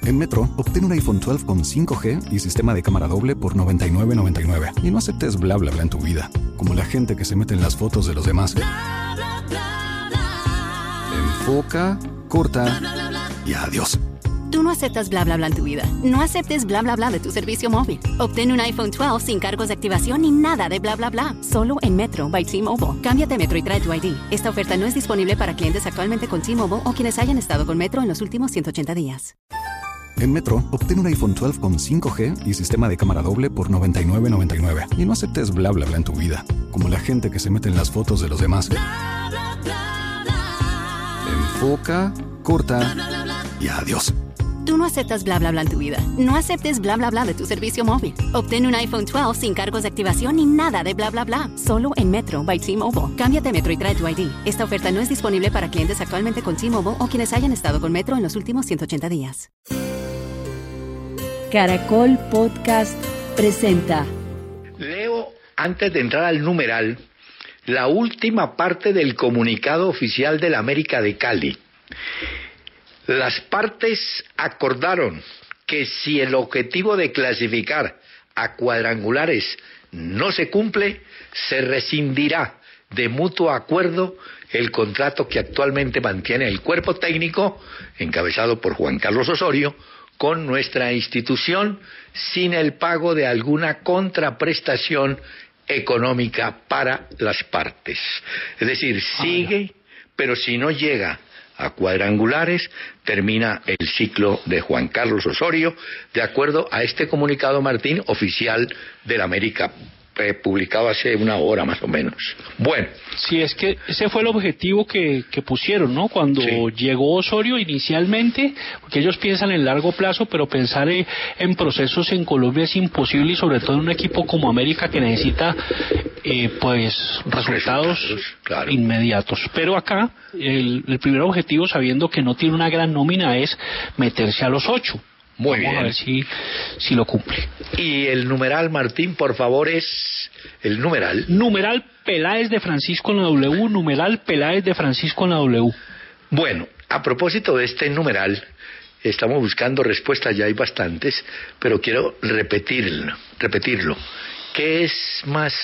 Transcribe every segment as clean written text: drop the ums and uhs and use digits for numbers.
En Metro, obtén un iPhone 12 con 5G y sistema de cámara doble por $99.99. Y no aceptes bla bla bla en tu vida, como la gente que se mete en las fotos de los demás. Bla, bla, bla, bla. Enfoca, corta y adiós. Tú no aceptas bla bla bla en tu vida. No aceptes bla bla bla de tu servicio móvil. Obtén un iPhone 12 sin cargos de activación ni nada de bla bla bla. Solo en Metro by T-Mobile. Cámbiate a Metro y trae tu ID. Esta oferta no es disponible para clientes actualmente con T-Mobile o quienes hayan estado con Metro en los últimos 180 días. En Metro, obtén un iPhone 12 con 5G y sistema de cámara doble por $99.99. Y no aceptes bla bla bla en tu vida, como la gente que se mete en las fotos de los demás. Bla, bla, bla, bla. Enfoca, corta y adiós. Tú no aceptas bla bla bla en tu vida. No aceptes bla bla bla de tu servicio móvil. Obtén un iPhone 12 sin cargos de activación ni nada de bla bla bla. Solo en Metro by T-Mobile. Cámbiate a Metro y trae tu ID. Esta oferta no es disponible para clientes actualmente con T-Mobile o quienes hayan estado con Metro en los últimos 180 días. Caracol Podcast presenta. Leo, antes de entrar al numeral, la última parte del comunicado oficial de la América de Cali. Las partes acordaron que si el objetivo de clasificar a cuadrangulares no se cumple, se rescindirá de mutuo acuerdo el contrato que actualmente mantiene el cuerpo técnico, encabezado por Juan Carlos Osorio, con nuestra institución, sin el pago de alguna contraprestación económica para las partes. Es decir, sigue, pero si no llega a cuadrangulares, termina el ciclo de Juan Carlos Osorio, de acuerdo a este comunicado, Martín, oficial de la América, publicado hace una hora más o menos. Bueno. Sí, es que ese fue el objetivo que pusieron, ¿no? Cuando llegó Osorio inicialmente, porque ellos piensan en largo plazo, pero pensar en procesos en Colombia es imposible, y sobre todo en un equipo como América que necesita resultados claro, inmediatos. Pero acá el primer objetivo, sabiendo que no tiene una gran nómina, es meterse a los 8. Muy Vamos bien. A ver si lo cumple. Y el numeral, Martín, por favor, es el numeral. Numeral Peláez de Francisco en la W, numeral Peláez de Francisco en la W. Bueno, a propósito de este numeral, estamos buscando respuestas, ya hay bastantes, pero quiero repetirlo. ¿Qué es más,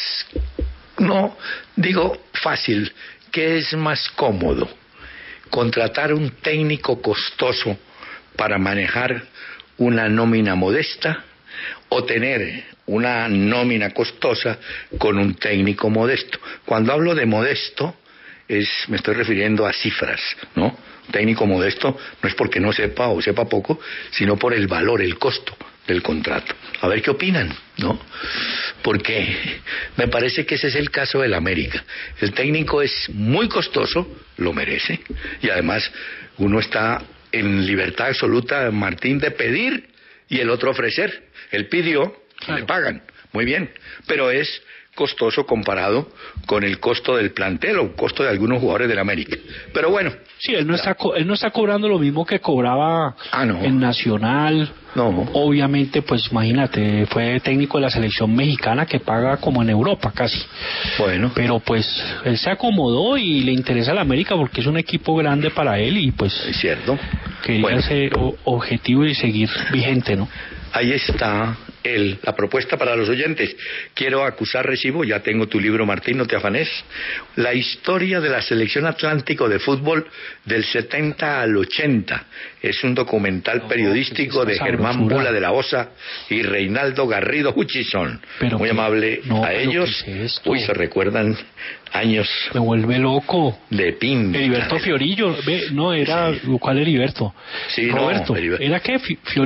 no digo fácil, qué es más cómodo? ¿Contratar un técnico costoso para manejar una nómina modesta o tener una nómina costosa con un técnico modesto? Cuando hablo de modesto, me estoy refiriendo a cifras, ¿no? Un técnico modesto no es porque no sepa o sepa poco, sino por el valor, el costo del contrato. A ver qué opinan, ¿no? Porque me parece que ese es el caso del América. El técnico es muy costoso, lo merece, y además uno está en libertad absoluta, Martín, de pedir y el otro ofrecer. Él pidió, claro, le pagan, muy bien, pero es costoso comparado con el costo del plantel o el costo de algunos jugadores del América. Pero bueno. Sí, él no está cobrando lo mismo que cobraba en Nacional. No. Obviamente, pues imagínate, fue técnico de la selección mexicana, que paga como en Europa casi. Bueno. Pero pues él se acomodó y le interesa la América porque es un equipo grande para él y pues es cierto. Quería ser objetivo y seguir vigente, ¿no? Ahí está la propuesta para los oyentes. Quiero acusar recibo, ya tengo tu libro, Martín, no te afanes. La historia de la selección Atlántico de fútbol del 70 al 80. Es un documental periodístico de Germán Bula de la Osa y Reinaldo Garrido Hutchison. Muy amable a ellos. Uy, se recuerdan años. Me vuelve loco. De pinta. Heriberto Fiorillo. No, era... Sí. ¿Cuál Heriberto? Sí, Roberto. No, ¿Era qué?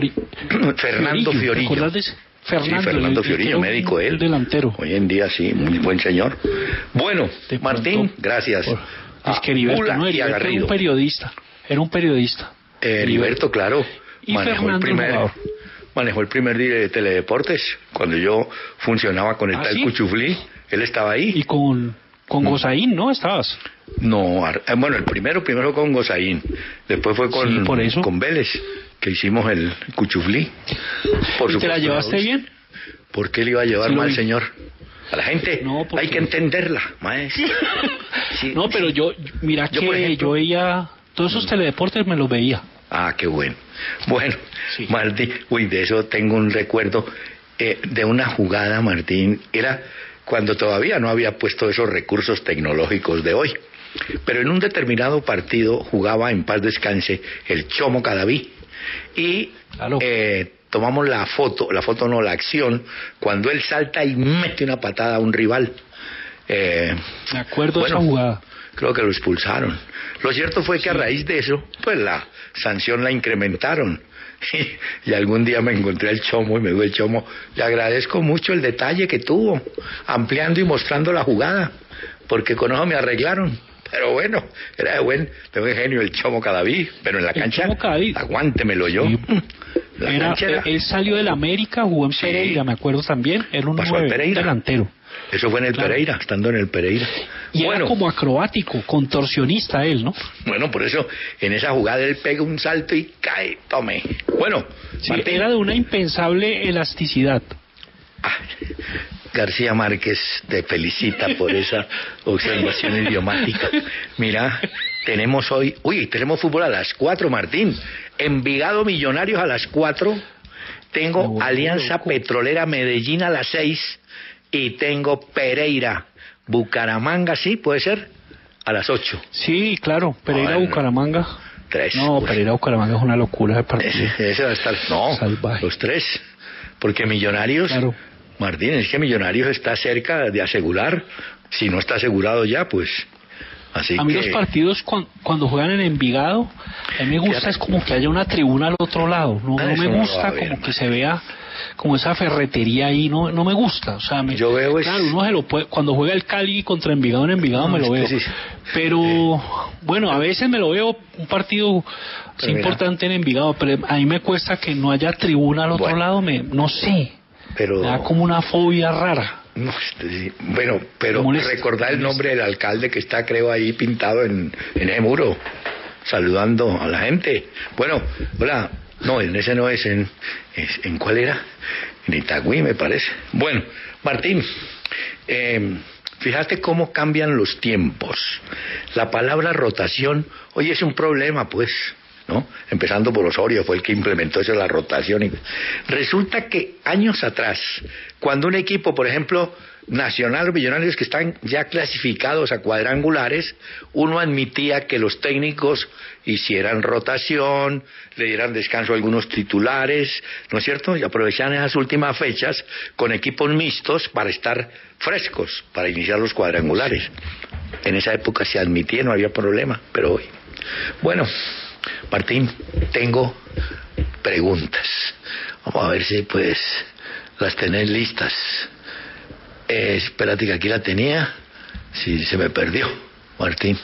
Fernando Fiorillo. ¿Te acuerdas de ese? Fernando Fiorillo, médico él. Delantero. Hoy en día sí, muy buen señor. Bueno, Martín, gracias. Es que Heriberto, Heriberto era un periodista. Heriberto, claro. Y manejó el primer día de Teledeportes. Cuando yo funcionaba con el tal ¿sí? Cuchuflí, él estaba ahí. Y con Gozaín, ¿no? ¿Estabas? No, bueno, el primero con Gozaín. Después fue con Vélez, que hicimos el Cuchuflí. ¿Y te la llevaste bien? ¿Por qué le iba a llevar mal, señor? A la gente hay que entenderla, maestro. Sí, no, pero yo veía todos esos teledeportes, me los veía. Ah, qué bueno. Bueno, Sí. Martín, de eso tengo un recuerdo de una jugada, Martín, era cuando todavía no había puesto esos recursos tecnológicos de hoy. Pero en un determinado partido jugaba, en paz descanse, el Chomo Cadaví. Y Claro. tomamos la acción, cuando él salta y mete una patada a un rival. Me acuerdo de esa jugada. Creo que lo expulsaron. Lo cierto fue que a raíz de eso, pues la sanción la incrementaron. Y algún día me encontré al Chomo y me dijo el Chomo, le agradezco mucho el detalle que tuvo, ampliando y mostrando la jugada, porque con eso me arreglaron. Pero bueno, era de buen genio el Chomo Cadaví, pero en la cancha, Chomo Cadaví. aguántemelo yo. Sí. La cancha era- Él salió del América, jugó en Sí. Pereira, me acuerdo también. Era un Pasó al 9, Pereira. delantero. Eso fue en el Claro. Pereira, estando en el Pereira. Y Bueno, era como acrobático, contorsionista él, ¿no? bueno, por eso en esa jugada él pega un salto y cae, tome. Bueno, Sí, Martín. era de una impensable elasticidad. García Márquez te felicita por esa observación idiomática. Mira, tenemos hoy, tenemos fútbol a las 4, Martín. Envigado Millonarios a las 4. Tengo Me vuelvo Alianza loco. Petrolera Medellín a las 6. Y tengo Pereira Bucaramanga, ¿sí? ¿Puede ser? A las 8. Sí, claro, Pereira Bueno. Bucaramanga. 3. No, Pereira Bucaramanga es una locura de partido. Ese va a estar. No, Salvaje. los 3. Porque Millonarios. Claro. Martín, es que Millonarios está cerca de asegurar. Si no está asegurado ya, pues. Así A mí que. los partidos cuando juegan en Envigado, a mí me gusta Fíjate. es como que haya una tribuna al otro lado. No, Ah, no eso me no lo va gusta a ver, como que man. se vea como esa ferretería ahí, no me gusta. O sea, Yo veo es- claro, uno se lo puede, cuando juega el Cali contra Envigado en Envigado No, me lo es veo. que sí. Pero bueno, a veces me lo veo un partido sí, Pero mira. importante en Envigado, pero a mí me cuesta que no haya tribuna al otro Bueno. lado, no sé. Pero. Me da como una fobia rara. No, sí. Bueno, pero Me molesta, recordar el me molesta. nombre del alcalde que está, creo, ahí pintado en ese muro, saludando a la gente. Bueno, hola. No, en ese no es, ¿en cuál era? En Itagüí, me parece. Bueno, Martín, fíjate cómo cambian los tiempos. La palabra rotación hoy es un problema, pues, ¿no? Empezando por Osorio, fue el que implementó eso, la rotación. Resulta que años atrás, cuando un equipo, por ejemplo, Nacional o Millonarios, que están ya clasificados a cuadrangulares, uno admitía que los técnicos hicieran rotación, le dieran descanso a algunos titulares, ¿no es cierto? Y aprovecharan esas últimas fechas con equipos mixtos para estar frescos, para iniciar los cuadrangulares. En esa época se admitía, no había problema, pero hoy... Bueno, Martín, tengo preguntas. Vamos a ver si pues las tenés listas. Espérate que aquí la tenía. Sí, se me perdió, Martín.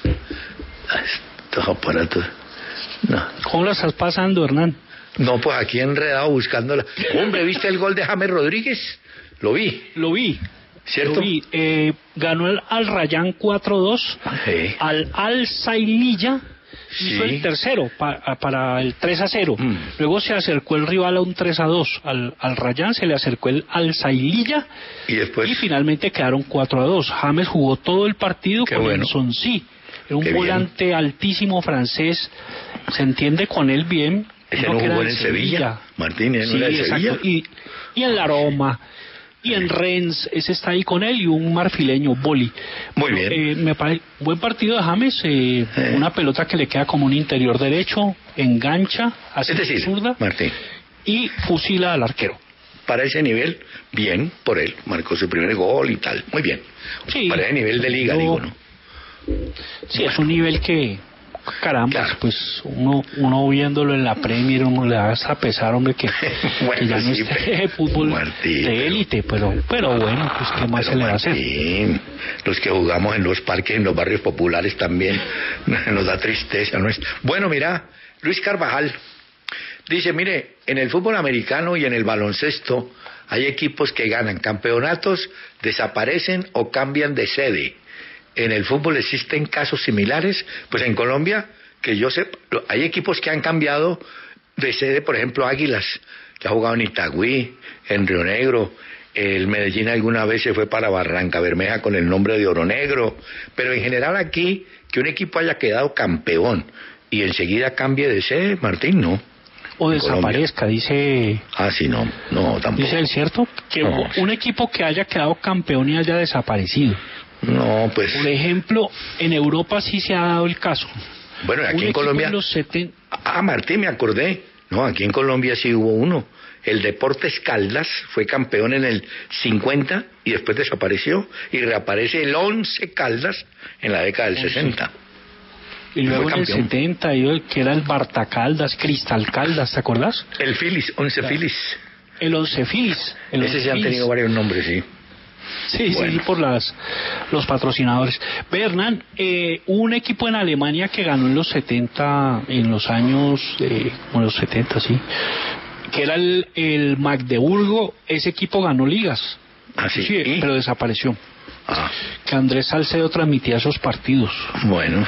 Estos aparatos. No. ¿Cómo la estás pasando, Hernán? No, pues aquí enredado buscándola. Hombre, ¿viste el gol de James Rodríguez? Lo vi, Lo vi. ¿cierto? Lo vi. Ganó el Al Rayyan 4-2. Sí. Al Al Saililla hizo Sí. el tercero para el 3-0. Mm. Luego se acercó el rival a un 3-2. Al Rayyan se le acercó el Al Saililla Y después... y finalmente quedaron 4-2. James jugó todo el partido Qué con bueno. el Sonsi. Era un Qué bien. volante altísimo francés. Se entiende con él bien. Ese Uno no que era jugó en del el Sevilla, Martín, ¿no Sí, era de exacto. Sevilla? Y en la Roma. Y en Rennes, ese está ahí con él, y un marfileño, Boli. Muy bien. Me parece buen partido de James, una pelota que le queda como un interior derecho, engancha, hace Es decir, zurda Martín, y fusila al arquero. para ese nivel, bien por él, marcó su primer gol y tal, muy bien. Sí. Para ese nivel de liga, No. digo, ¿no? Sí, es un nivel que, caramba, Claro. pues uno viéndolo en la Premier, uno le da hasta pesar, hombre, que, Bueno, que ya no sí, esté pero- de fútbol Martín, de élite, pero bueno, pues qué más Pero, se le va a hacer. Martín, los que jugamos en los parques, en los barrios populares también, nos da tristeza, ¿no es? Bueno, mira, Luis Carvajal dice, mire, en el fútbol americano y en el baloncesto hay equipos que ganan campeonatos, desaparecen o cambian de sede. En el fútbol existen casos similares, pues en Colombia, que yo sé, hay equipos que han cambiado de sede, por ejemplo, Águilas, que ha jugado en Itagüí, en Río Negro, el Medellín alguna vez se fue para Barranca Bermeja con el nombre de Oro Negro, pero en general aquí, que un equipo haya quedado campeón y enseguida cambie de sede, Martín, ¿no? O desaparezca, dice... Ah, sí, no, tampoco. Dice el cierto, que No. un equipo que haya quedado campeón y haya desaparecido. No, pues... Por ejemplo, en Europa sí se ha dado el caso. Bueno, Un aquí en equipo Colombia... en los 70... Ah, Martín, me acordé. No, aquí en Colombia sí hubo uno. El Deportes Caldas fue campeón en el 50 y después desapareció. Y reaparece el 11 Caldas en la década del 60. Y luego Fue en el campeón. 70, que era el Barta Caldas, Cristal Caldas, ¿te acordás? El Phillies, 11 Phillies. El 11 Phillies. Ese sí han tenido varios nombres, sí. Sí, Bueno. sí, por los patrocinadores. Ve, Hernán, un equipo en Alemania que ganó en los 70, en los años, como los 70, sí, que era el Magdeburgo. Ese equipo ganó ligas. Ah, sí. Sí, ¿Y? pero desapareció. Ah, Que Andrés Salcedo transmitía esos partidos. bueno.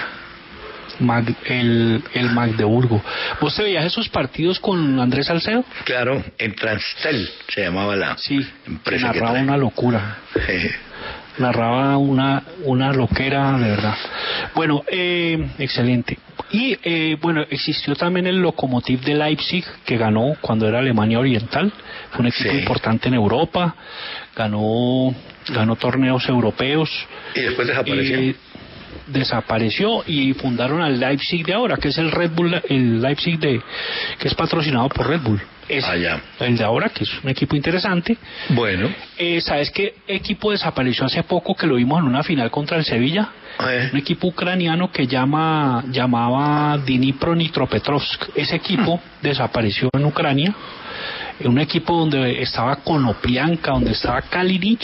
El Magdeburgo. ¿Vos te veías esos partidos con Andrés Salcedo? Claro, en Transtel se llamaba la Sí, empresa que narraba trae. una locura. Narraba una loquera, de verdad. Bueno, excelente. Y bueno, existió también el Lokomotiv de Leipzig, que ganó cuando era Alemania Oriental. Fue un equipo Sí. importante en Europa. Ganó torneos europeos. Y después desapareció. Desapareció y fundaron al Leipzig de ahora, que es el Red Bull, el Leipzig que es patrocinado por Red Bull. Es ya. el de ahora, que es un equipo interesante. Bueno. ¿Sabes qué equipo desapareció hace poco, que lo vimos en una final contra el Sevilla? Un equipo ucraniano que llamaba Dnipro Nitropetrovsk. Ese equipo desapareció en Ucrania. Un equipo donde estaba Konoplyanka, donde estaba Kalinic.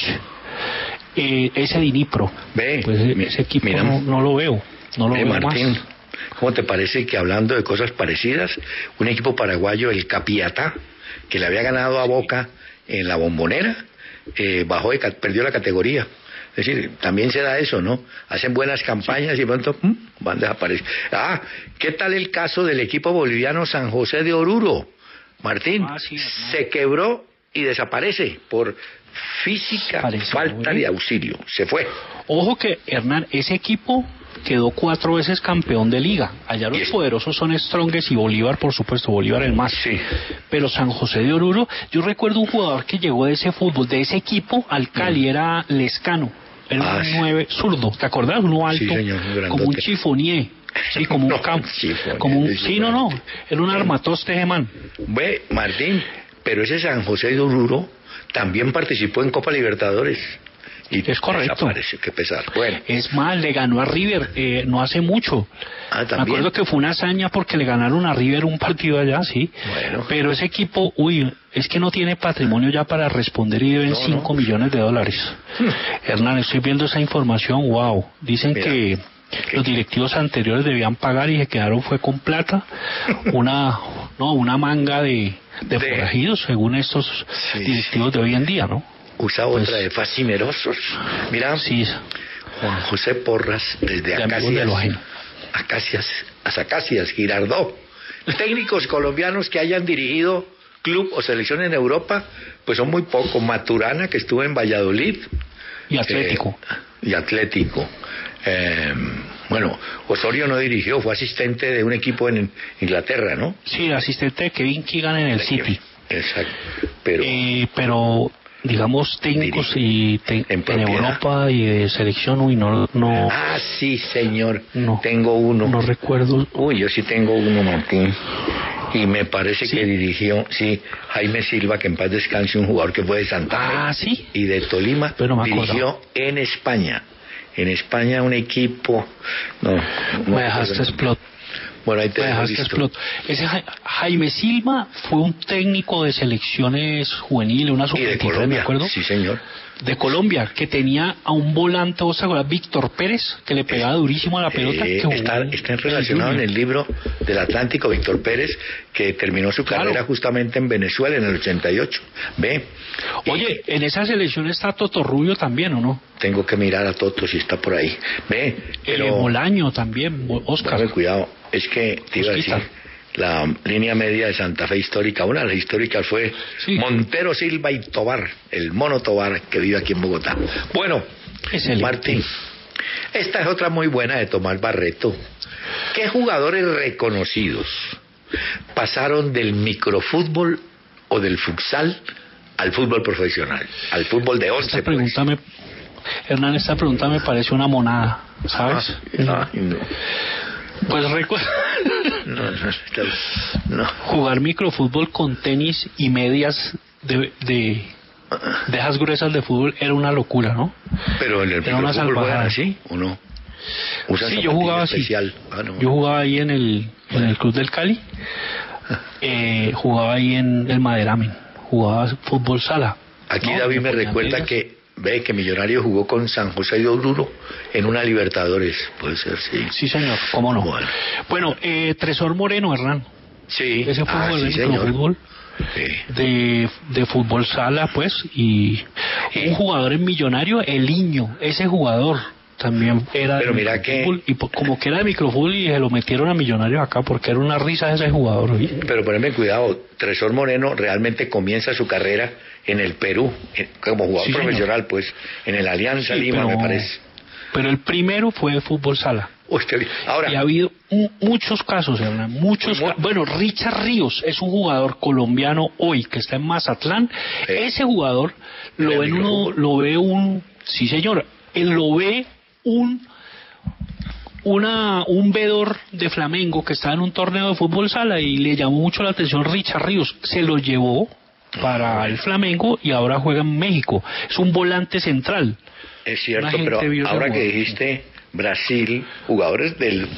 Ese Dnipro. Ve, Pues ese equipo mira. no lo veo. No lo veo Martín, más. ¿cómo te parece que hablando de cosas parecidas, un equipo paraguayo, el Capiatá, que le había ganado a Boca en la Bombonera, perdió la categoría? Es decir, también se da eso, ¿no? Hacen buenas campañas y de pronto van a desaparecer. Ah, ¿qué tal el caso del equipo boliviano San José de Oruro? Martín, Sí, se quebró y desaparece por física Parece falta muy de auxilio. Se fue. Ojo que, Hernán, ese equipo quedó 4 veces campeón de liga. Allá los poderosos son Strongest y Bolívar, por supuesto, Bolívar el más. Sí. Pero San José de Oruro, yo recuerdo un jugador que llegó de ese fútbol, de ese equipo al Cali, era Lescano. Era un sí. 9 zurdo, ¿te acordás? Uno alto, Sí, señor, muy grandote. como un chifonier. Sí, como un No, campo. chifonier, Como un, es sí, no, diferente. era un armatoste de man. Ve, Martín, pero ese San José de Oruro también participó en Copa Libertadores. Y Es correcto. desapareció, qué pesar. Bueno, Es más, le ganó a River no hace mucho. Ah, Me también. acuerdo que fue una hazaña porque le ganaron a River un partido allá, sí. Bueno. Pero ese equipo, es que no tiene patrimonio ya para responder y deben No, 5 millones de dólares. Hernán, estoy viendo esa información, wow. Dicen Mira, que los directivos anteriores debían pagar y se quedaron fue con plata. Una manga de forajidos, según estos Sí, directivos de hoy en día, ¿no? usa Pues- otra de fascinerosos. Mira, Sí, Juan José Porras, desde de amigos de lo ajeno. Acacias, Girardot. Técnicos colombianos que hayan dirigido club o selección en Europa, pues son muy pocos. Maturana, que estuvo en Valladolid. Y Atlético. Y Atlético. Bueno, Osorio no dirigió, fue asistente de un equipo en Inglaterra, ¿no? Sí, el asistente de Kevin Keegan en el City. Exacto. Pero Pero digamos técnicos y en en propiedad. Europa y de selección, no Ah, sí, señor. No. Tengo uno. no recuerdo. Uy, yo sí tengo uno, Martín. Y me parece Sí. que dirigió, Jaime Silva, que en paz descanse, un jugador que fue de Santa Fe Ah, sí. y de Tolima, Pero me dirigió en España. En España un equipo... No, Me dejaste explot. Bueno, ahí te Me dejo dejaste listo. explot. Ese Jaime Silva fue un técnico de selecciones juveniles, una Y de sub-23, me Colombia, acuerdo. sí, señor. De Colombia, que tenía a un volante, ¿vos te acuerdas? Víctor Pérez, que le pegaba durísimo a la pelota. Que jugó Está relacionado en Junior. el libro del Atlántico, Víctor Pérez, que terminó su Claro. carrera justamente en Venezuela en el 88. Ve. Oye, en esa selección está Toto Rubio también, ¿o no? Tengo que mirar a Toto si está por ahí. Ve, pero... Bolaño también, Oscar. Dame cuidado, es que te iba a decir, Osquita. la línea media de Santa Fe histórica, una de las históricas fue Sí. Montero, Silva y Tobar, el Mono Tobar, que vive aquí en Bogotá. Bueno, Excelente. Martín, esta es otra muy buena de Tomás Barreto, ¿Qué jugadores reconocidos pasaron del microfútbol o del futsal al fútbol profesional, al fútbol de 11? Hernán, esta pregunta me parece una monada, ¿sabes? No. Pues recuerda. No. Jugar microfútbol con tenis y medias de esas gruesas de fútbol era una locura, ¿no? Pero en el microfútbol juegan así, ¿o no? Sí, yo jugaba especial. así. Yo jugaba ahí en el Club del Cali. Jugaba ahí en el Maderamen. Jugaba fútbol sala. Aquí David me recuerda que Millonario jugó con San José de Oruro en una Libertadores. Puede ser, sí. Sí, señor, cómo no. Bueno, Tresor Moreno, Hernán. Sí. Ese fue el microfútbol. Sí. De fútbol sala, pues, y un jugador en Millonario, el Niño, ese jugador también era pero de mira microfútbol, y como que era de microfútbol y se lo metieron a Millonarios acá porque era una risa ese jugador. ¿Sí? Pero poneme cuidado, Tresor Moreno realmente comienza su carrera en el Perú, como jugador profesional, señor. Pues, en el Alianza Lima, me parece. Pero el primero fue de fútbol sala. Ahora, y ha habido muchos casos, Hernán, bueno, Richard Ríos es un jugador colombiano hoy que está en Mazatlán. Ese jugador lo ve sí señor, él lo ve un vedor de Flamengo que estaba en un torneo de fútbol sala y le llamó mucho la atención Richard Ríos, se lo llevó para el Flamengo y ahora juega en México. Es un volante central. Es cierto, pero ahora que dijiste Brasil, jugadores del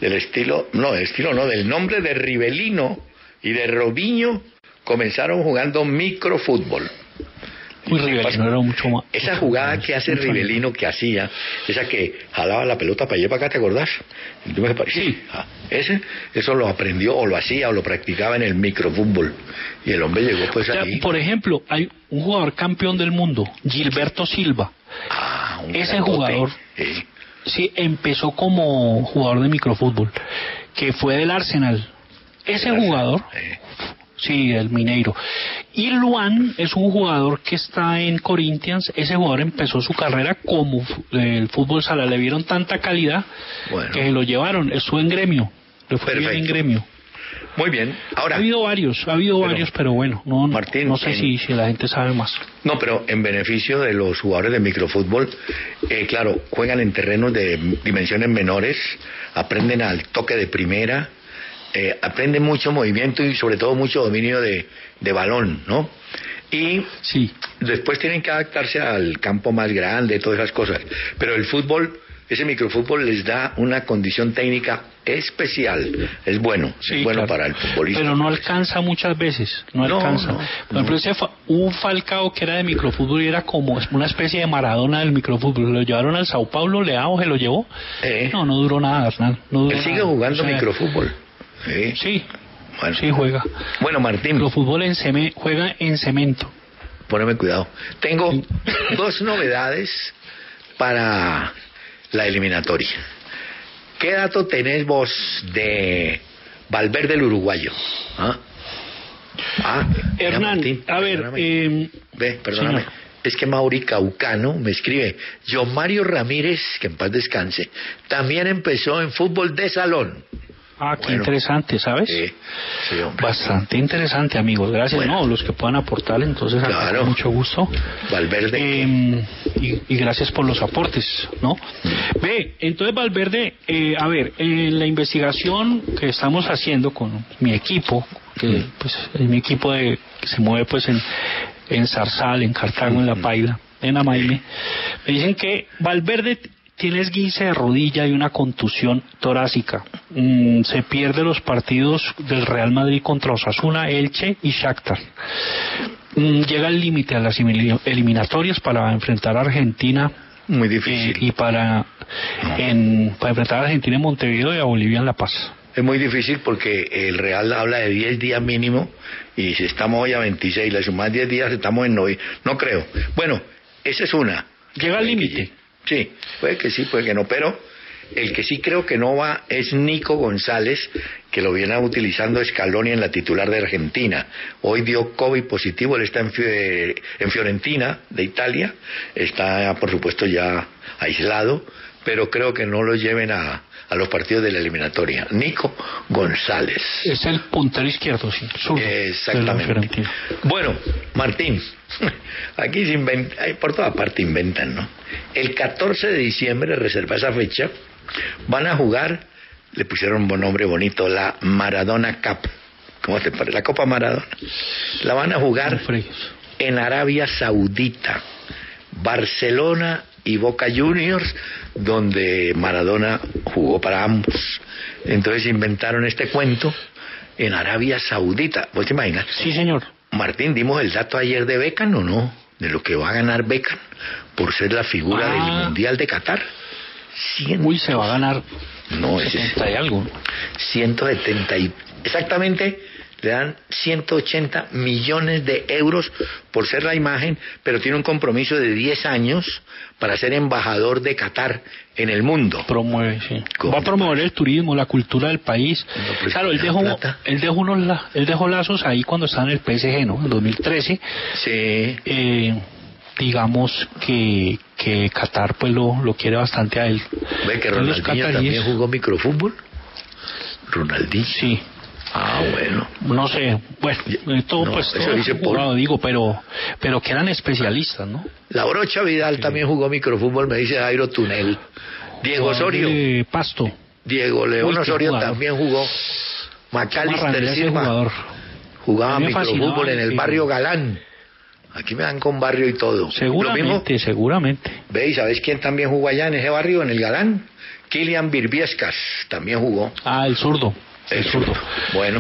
nombre de Rivelino y de Robinho comenzaron jugando microfútbol. Rivelino era mucho más. Esa jugada que hace Rivelino, que hacía, esa que jalaba la pelota para allá para acá, ¿te acordás? Sí. Eso lo aprendió o lo hacía o lo practicaba en el microfútbol. Y el hombre llegó pues ahí. Por ejemplo, hay un jugador campeón del mundo, Gilberto Silva. Ese jugador sí empezó como jugador de microfútbol, que fue del Arsenal. Ese jugador, sí, del Mineiro. Y Luan es un jugador que está en Corinthians. Ese jugador empezó su carrera como el fútbol sala. Le vieron tanta calidad que lo llevaron. Estuvo en Gremio. Le fue bien en Gremio. Muy bien. Ahora, ha habido varios, pero bueno, Martín, no sé si la gente sabe más. No, pero en beneficio de los jugadores de microfútbol, claro, juegan en terrenos de dimensiones menores, aprenden al toque de primera, aprenden mucho movimiento y sobre todo mucho dominio de balón, ¿no? Y después tienen que adaptarse al campo más grande, todas esas cosas. Pero el fútbol, ese microfútbol les da una condición técnica especial. Es bueno, claro, para el futbolista. Pero no alcanza muchas veces, no alcanza. Por ejemplo, un Falcao que era de microfútbol y era como una especie de Maradona del microfútbol. Lo llevaron al Sao Paulo, Leao se lo llevó. No duró nada, Hernán. Él sigue jugando microfútbol. Sí. Bueno. Sí, juega. Bueno, Martín. Microfútbol juega en cemento. Poneme cuidado. Tengo dos novedades para la eliminatoria. ¿Qué dato tenés vos de Valverde el uruguayo? Hernán, Martín, a ver... perdóname. Señor. Es que Mauri Caucano me escribe, John Mario Ramírez, que en paz descanse, también empezó en fútbol de salón. Qué interesante, ¿sabes? Sí, bastante interesante, amigos. Gracias, los que puedan aportar, entonces, claro, con mucho gusto. Valverde. Y gracias por los aportes, ¿no? Entonces, Valverde, en la investigación que estamos haciendo con mi equipo, que pues es mi equipo que se mueve pues en Zarzal, en Cartago, en La Paila, en Amaime, me dicen que Valverde tiene esguince de rodilla y una contusión torácica. Se pierde los partidos del Real Madrid contra Osasuna, Elche y Shakhtar. Llega al límite a las eliminatorias para enfrentar a Argentina. Muy difícil. Y para enfrentar a Argentina en Montevideo y a Bolivia en La Paz. Es muy difícil porque el Real habla de 10 días mínimo y si estamos hoy a 26, le sumas 10 días, estamos en 9. No creo. Bueno, esa es una. Llega al límite. Sí, puede que sí, puede que no, pero el que sí creo que no va es Nico González, que lo viene utilizando Scaloni en la titular de Argentina. Hoy dio COVID positivo, él está en Fiorentina, de Italia, está por supuesto ya aislado, pero creo que no lo lleven a los partidos de la eliminatoria. Nico González. Es el puntero izquierdo, sí. Zurdo, exactamente. Bueno, Martín, aquí se inventa, por toda parte inventan, ¿no? El 14 de diciembre, reserva esa fecha, van a jugar, le pusieron un nombre bonito, la Maradona Cup. ¿Cómo te parece? La Copa Maradona. La van a jugar en Arabia Saudita, Barcelona y Boca Juniors, donde Maradona jugó para ambos. Entonces inventaron este cuento en Arabia Saudita. ¿Vos te imaginas? Sí, señor. Martín, dimos el dato ayer de Beckham, ¿o no? De lo que va a ganar Beckham por ser la figura del Mundial de Qatar. Uy, se va a ganar. No, 70 y algo. 170 y... Exactamente, le dan 180 millones de euros por ser la imagen, pero tiene un compromiso de 10 años para ser embajador de Qatar en el mundo. Promueve, sí. Va a promover el turismo, la cultura del país. No, pues claro, él dejó lazos ahí cuando estaba en el PSG, ¿no? En 2013. Sí. Digamos que Qatar pues lo quiere bastante a él. ¿Ve que Ronaldinho también jugó microfútbol? Ronaldinho. Sí. Ah, bueno. No sé, bueno, todo no, pues todo jugado, digo, pero que eran especialistas, ¿no? La Brocha Vidal también jugó microfútbol, me dice Jairo Tunel. Diego Osorio. Pasto. Diego León Osorio también jugó. Macalister Silva jugaba microfútbol en el barrio Galán. Aquí me dan con barrio y todo. Seguramente. ¿Ve? ¿Y sabes quién también jugó allá en ese barrio, en el Galán? Kilian Birbiescas también jugó. Ah, el zurdo. El zurdo. Bueno.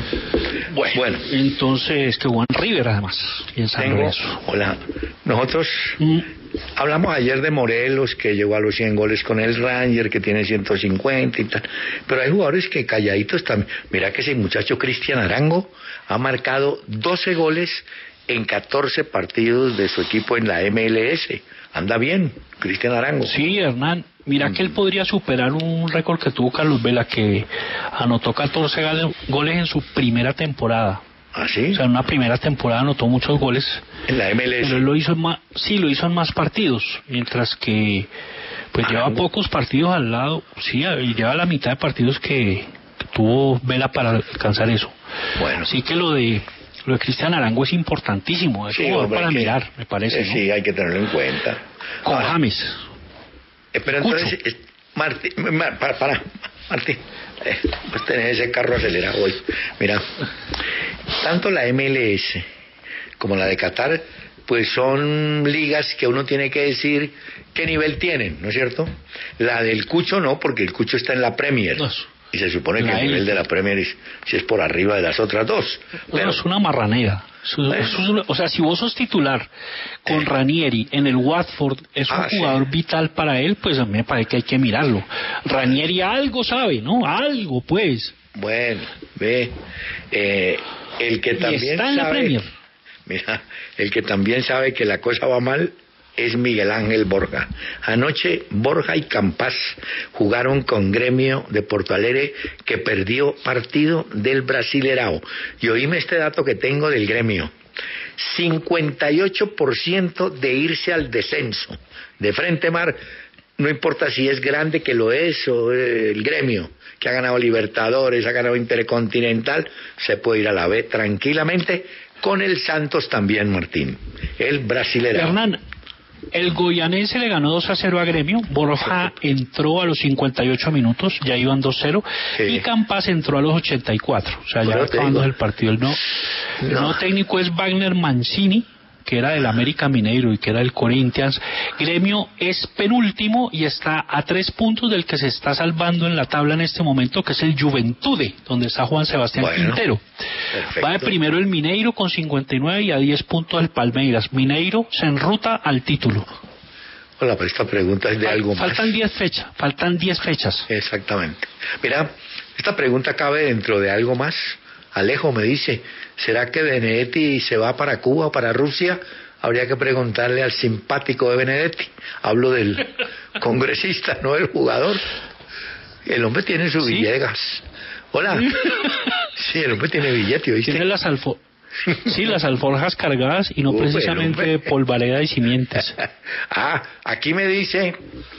Entonces, que Juan River además. Hola. Nosotros hablamos ayer de Morelos, que llegó a los 100 goles con el Ranger, que tiene 150 y tal. Pero hay jugadores que calladitos también. Mira que ese muchacho Cristian Arango ha marcado 12 goles en 14 partidos de su equipo en la MLS. Anda bien, Cristian Arango. Sí, Hernán. Mira que él podría superar un récord que tuvo Carlos Vela, que anotó 14 goles en su primera temporada. ¿Ah, sí? O sea, en una primera temporada anotó muchos goles. En la MLS. Pero él lo hizo en más partidos, mientras que pues lleva pocos partidos al lado. Sí, y lleva la mitad de partidos que tuvo Vela para alcanzar eso. Bueno. Así que lo de Cristian Arango es importantísimo, es para mirar, me parece. Sí, ¿no? Hay que tenerlo en cuenta. Con James. Espera, entonces, Martín, pues tenés ese carro acelerado hoy. Mira, tanto la MLS como la de Qatar, pues son ligas que uno tiene que decir qué nivel tienen, ¿no es cierto? La del Cucho no, porque el Cucho está en la Premier. Y se supone que el nivel de la Premier es por arriba de las otras dos. Pero es una marranera. O sea, si vos sos titular con Ranieri en el Watford, es un jugador vital para él, pues a mí me parece que hay que mirarlo. Ranieri algo sabe, ¿no? Algo, pues. Bueno, ve, el que también está en la Premier. Mira, el que también sabe que la cosa va mal es Miguel Ángel Borja. Anoche Borja y Campas jugaron con Gremio de Porto Alegre, que perdió partido del Brasileirão. Y oíme este dato que tengo del Gremio: 58% de irse al descenso. De frente mar, no importa si es grande, que lo es, o el Gremio, que ha ganado Libertadores, ha ganado Intercontinental, se puede ir a la B tranquilamente, con el Santos también, Martín, el Brasileirão. Hernán, el Goianense le ganó 2-0 a Gremio. Borja entró a los 58 minutos, ya iban 2-0, y Campas entró a los 84. O sea, ya va acabando el partido. El nuevo técnico es Wagner Mancini, que era del América Mineiro y que era del Corinthians. Gremio es penúltimo y está a 3 puntos del que se está salvando en la tabla en este momento, que es el Juventude, donde está Juan Sebastián Quintero. Perfecto. Va de primero el Mineiro con 59 y a 10 puntos el Palmeiras. Mineiro se enruta al título. Hola, pero esta pregunta es de algo más. Faltan 10 fechas. Exactamente. Mira, esta pregunta cabe dentro de algo más. Alejo me dice, ¿será que Benedetti se va para Cuba o para Rusia? Habría que preguntarle al simpático de Benedetti. Hablo del congresista, no del jugador. El hombre tiene su Villegas. Hola. Sí, el hombre tiene billete, ¿oíste? Tiene las Sí, las alforjas cargadas y no precisamente hombre. polvareda y simientes. Aquí me dice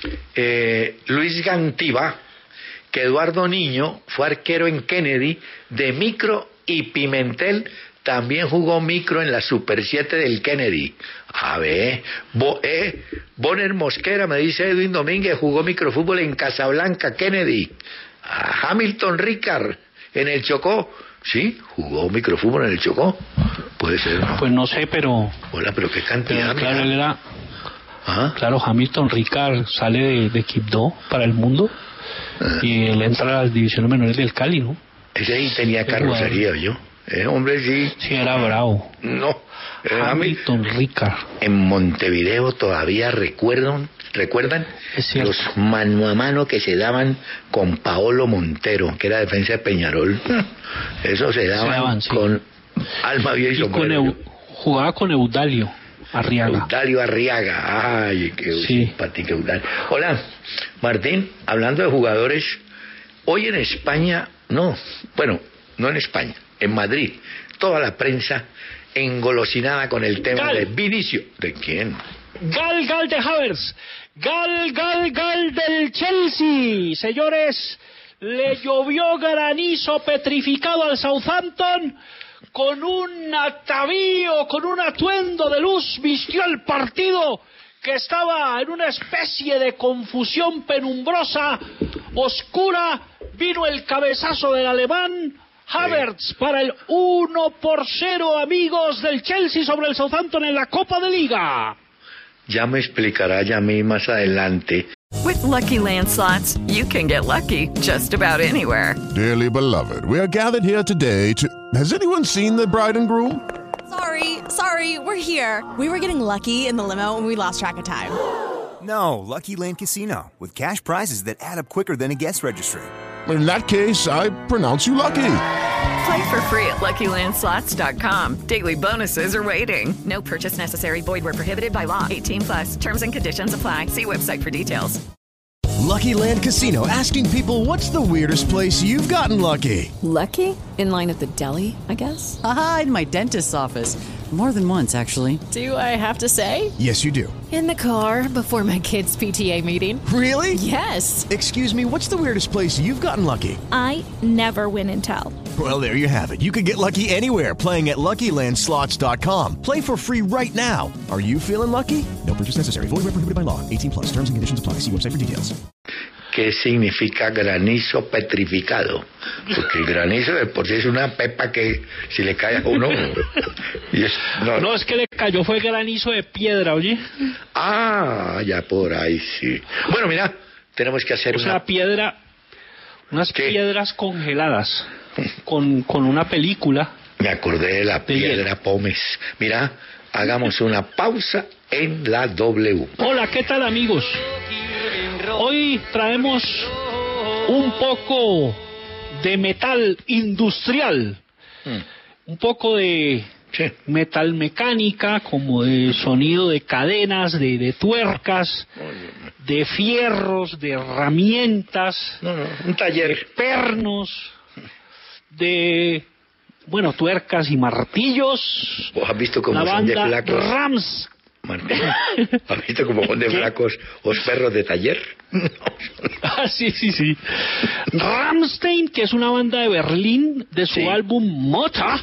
Luis Gantiva que Eduardo Niño fue arquero en Kennedy de micro y Pimentel también jugó micro en la Super 7 del Kennedy. A ver, Bonner Mosquera, me dice Edwin Domínguez, jugó microfútbol en Casablanca, Kennedy. Hamilton Ricard, en el Chocó. Sí, jugó microfútbol en el Chocó. Puede ser, ¿no? Pues no sé, pero... Hola, pero qué cantidad. Pero, claro, mira. él era... ¿Ah? Claro, Hamilton Ricard sale de Quibdó para el mundo y él entra a las divisiones menores del Cali, ¿no? Ese ahí tenía carrocería, yo. Hombre, sí. Sí, era bravo. No. Hamilton Ricard. En Montevideo todavía ¿recuerdan Es cierto. los mano a mano que se daban con Paolo Montero, que era defensa de Peñarol? Eso se daban, sí. con alma vieja y sombrero. Jugaba con Eudalio Arriaga. Eudalio Arriaga. Ay, qué Sí. simpático Eudalio. Hola, Martín, hablando de jugadores, hoy en España, no en España, en Madrid, toda la prensa engolosinada con el tema Gal. de Vinicio. ¿De quién? Gal de Havertz. Gal del Chelsea. Señores, le llovió granizo petrificado al Southampton. Con un atavío, con un atuendo de luz, vistió el partido que estaba en una especie de confusión penumbrosa, oscura. Vino el cabezazo del alemán Havertz para el 1-0, amigos del Chelsea sobre el Southampton en la Copa de Liga. Ya me explicará ya a mí más adelante. With Lucky Land Slots, you can get lucky just about anywhere. Dearly beloved, we are gathered here today to... Has anyone seen the bride and groom? Sorry, we're here. We were getting lucky in the limo and we lost track of time. No, Lucky Land Casino, with cash prizes that add up quicker than a guest registry. In that case, I pronounce you lucky. Play for free at LuckyLandSlots.com. Daily bonuses are waiting. No purchase necessary. Void where prohibited by law. 18+. Terms and conditions apply. See website for details. Lucky Land Casino, asking people, what's the weirdest place you've gotten lucky? Lucky? In line at the deli, I guess? Aha, in my dentist's office. More than once, actually. Do I have to say? Yes, you do. In the car before my kids' PTA meeting. Really? Yes. Excuse me, what's the weirdest place you've gotten lucky? I never win and tell. Well, there you have it. You can get lucky anywhere, playing at LuckyLandSlots.com. Play for free right now. Are you feeling lucky? No purchase necessary. Void where prohibited by law. 18+. Terms and conditions apply. See website for details. ¿Qué significa granizo petrificado? Porque el granizo de por sí es una pepa que si le cae a uno... No, es que le cayó fue granizo de piedra, oye. Ya por ahí sí. Bueno, mira, tenemos que hacer unas piedras congeladas con una película. Me acordé de la piedra Pómez. Mira, hagamos una pausa en la W. Hola, ¿qué tal, amigos? Hoy traemos un poco de metal industrial, un poco de metal mecánica, como de sonido de cadenas, de tuercas, de fierros, de herramientas, un taller, de pernos, de tuercas y martillos. ¿Has visto cómo la son de banda flacos? Rams. Martín, ¿has visto cómo son de flacos los perros de taller? Sí. Rammstein, que es una banda de Berlín, de su álbum Motor.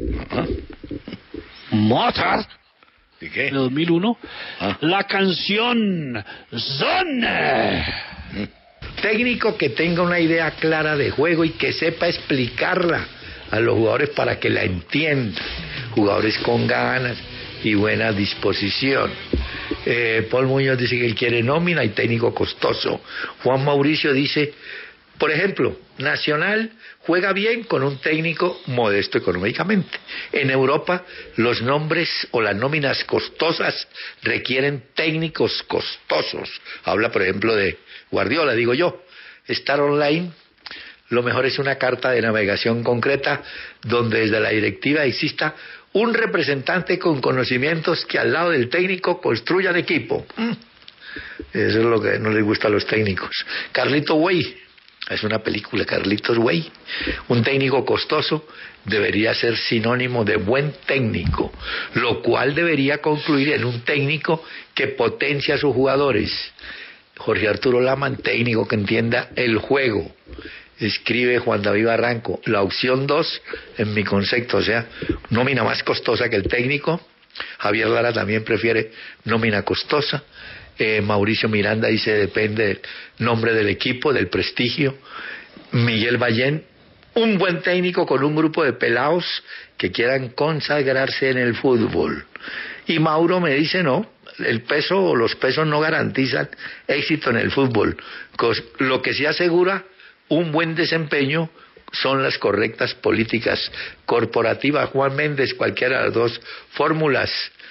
¿Y qué? De 2001. La canción Sonne. Técnico que tenga una idea clara de juego y que sepa explicarla a los jugadores para que la entiendan. Jugadores con ganas y buena disposición. Paul Muñoz dice que él quiere nómina y técnico costoso. Juan Mauricio dice, por ejemplo, Nacional juega bien con un técnico modesto económicamente. En Europa los nombres o las nóminas costosas requieren técnicos costosos. Habla, por ejemplo, de Guardiola, digo yo. Estar online, lo mejor es una carta de navegación concreta donde desde la directiva exista un representante con conocimientos que al lado del técnico construyan equipo. Eso es lo que no les gusta a los técnicos. Carlito Güey, Es una película, Carlitos Way. Un técnico costoso debería ser sinónimo de buen técnico, lo cual debería concluir en un técnico que potencia a sus jugadores. Jorge Arturo Laman, técnico que entienda el juego. Escribe Juan David Barranco, la opción 2 en mi concepto, o sea, nómina más costosa que el técnico. Javier Lara también prefiere nómina costosa. Mauricio Miranda dice depende del nombre del equipo, del prestigio. Miguel Ballén, un buen técnico con un grupo de pelados que quieran consagrarse en el fútbol. Y Mauro me dice no, el peso o los pesos no garantizan éxito en el fútbol. Lo que sí asegura un buen desempeño son las correctas políticas corporativas. Juan Méndez, cualquiera de las dos fórmulas.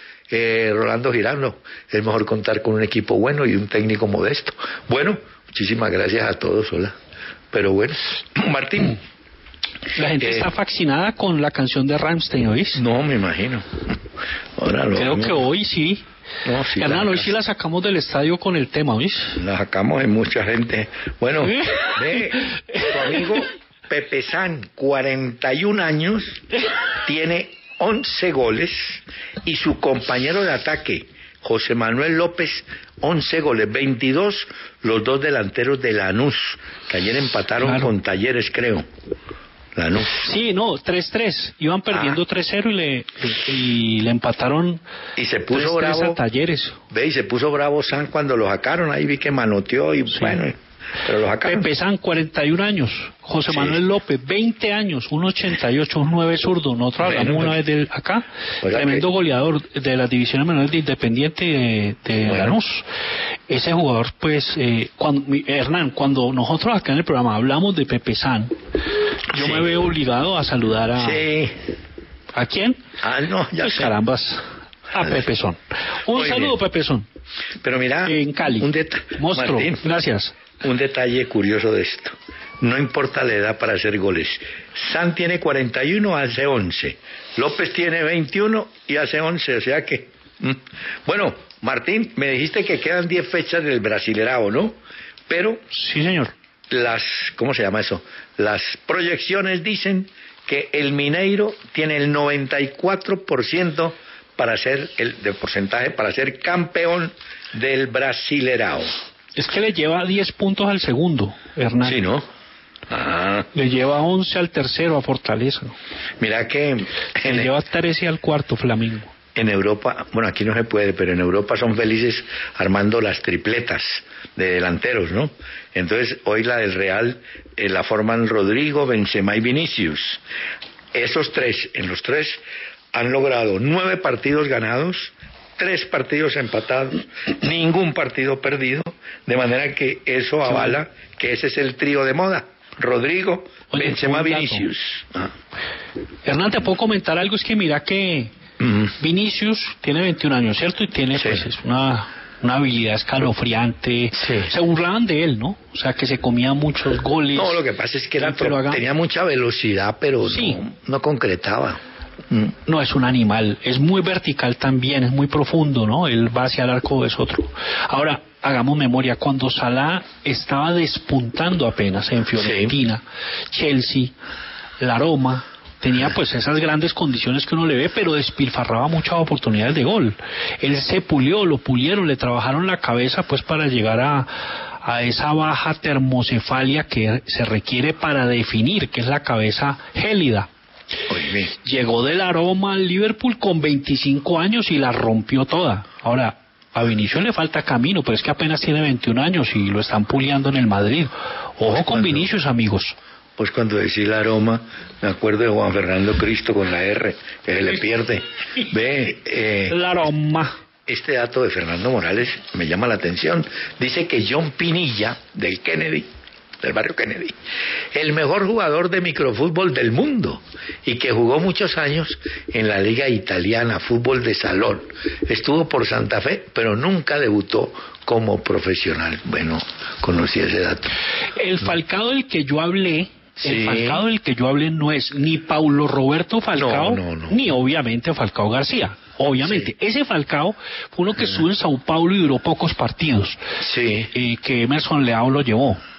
Rolando Girano, es mejor contar con un equipo bueno y un técnico modesto. Bueno, muchísimas gracias a todos, hola. Pero bueno, Martín. La gente está fascinada con la canción de Rammstein, ¿oís? No, me imagino. Creo que hoy sí. No, sí, Hernán, hoy sí la sacamos del estadio con el tema, ¿oís? La sacamos en mucha gente. Bueno, ve, tu amigo Pepe San, 41 años, tiene 11 goles y su compañero de ataque, José Manuel López, 11 goles, 22 los dos delanteros de Lanús, que ayer empataron con Talleres, creo. Lanús. Sí, no, 3-3, iban perdiendo 3-0 y le empataron. Y se puso 3-3 bravo a Talleres. Ve, y se puso bravo San cuando lo sacaron, ahí vi que manoteó y sí. Bueno, pero lo sacaron. Pepe San, 41 años. José Manuel López, 20 años, 1.88, un 9 zurdo. Nosotros hablamos una vez de acá. Tremendo goleador de las divisiones menores de Independiente de Lanús. Ese jugador, pues, Hernán, cuando nosotros acá en el programa hablamos de Pepe San, yo me veo obligado a saludar a... Sí. ¿A quién? No, ya pues sé. Carambas. A Pepe Son. Un saludo, Pepe Son. Pero mira, en Cali. Monstruo. Martín, gracias. Un detalle curioso de esto. No importa la edad para hacer goles. San tiene 41, hace 11. López tiene 21 y hace 11, o sea que... Bueno, Martín, me dijiste que quedan 10 fechas del Brasilerao, ¿no? Pero... Sí, señor. ¿Cómo se llama eso? Las proyecciones dicen que el Mineiro tiene el 94% para ser de porcentaje para ser campeón del Brasilerao. Es que le lleva 10 puntos al segundo, Hernán. Sí, ¿no? Le lleva 11 al tercero, a Fortaleza. Mira que... Le lleva 13 al cuarto, Flamengo. En Europa, bueno, aquí no se puede, pero en Europa son felices armando las tripletas de delanteros, ¿no? Entonces, hoy la del Real la forman Rodrigo, Benzema y Vinicius. Esos tres, en los tres, han logrado 9 partidos ganados, 3 partidos empatados, ningún partido perdido, de manera que eso avala que ese es el trío de moda. Rodrigo, Benzema, Vinicius. Hernán, ¿te puedo comentar algo? Es que mira que Vinicius tiene 21 años, ¿cierto? Y tiene pues es una habilidad escalofriante. Se burlaban de él, ¿no? O sea, que se comía muchos goles. No, lo que pasa es que tenía mucha velocidad, pero no concretaba. No, es un animal, es muy vertical también, es muy profundo, ¿no? Él va hacia el arco, es otro. Ahora, hagamos memoria, cuando Salah estaba despuntando apenas en Fiorentina, Chelsea, la Roma, tenía pues esas grandes condiciones que uno le ve, pero despilfarraba muchas oportunidades de gol. Él se pulió, lo pulieron, le trabajaron la cabeza pues para llegar a esa baja termocefalia que se requiere para definir, que es la cabeza gélida. Llegó del Roma al Liverpool con 25 años y la rompió toda. Ahora, a Vinicius le falta camino, pero es que apenas tiene 21 años y lo están puliendo en el Madrid. Ojo con Vinicius, amigos. Pues cuando decís la Roma, me acuerdo de Juan Fernando Cristo con la R, que se le pierde. La Roma. Este dato de Fernando Morales me llama la atención. Dice que John Pinilla, del barrio Kennedy, el mejor jugador de microfútbol del mundo y que jugó muchos años en la liga italiana, fútbol de salón. Estuvo por Santa Fe, pero nunca debutó como profesional. Bueno, conocí ese dato. El Falcao del que yo hablé, el Falcao del que yo hablé no es ni Paulo Roberto Falcao, ni obviamente Falcao García. Obviamente, ese Falcao fue uno que estuvo en Sao Paulo y duró pocos partidos, que Emerson Leao lo llevó.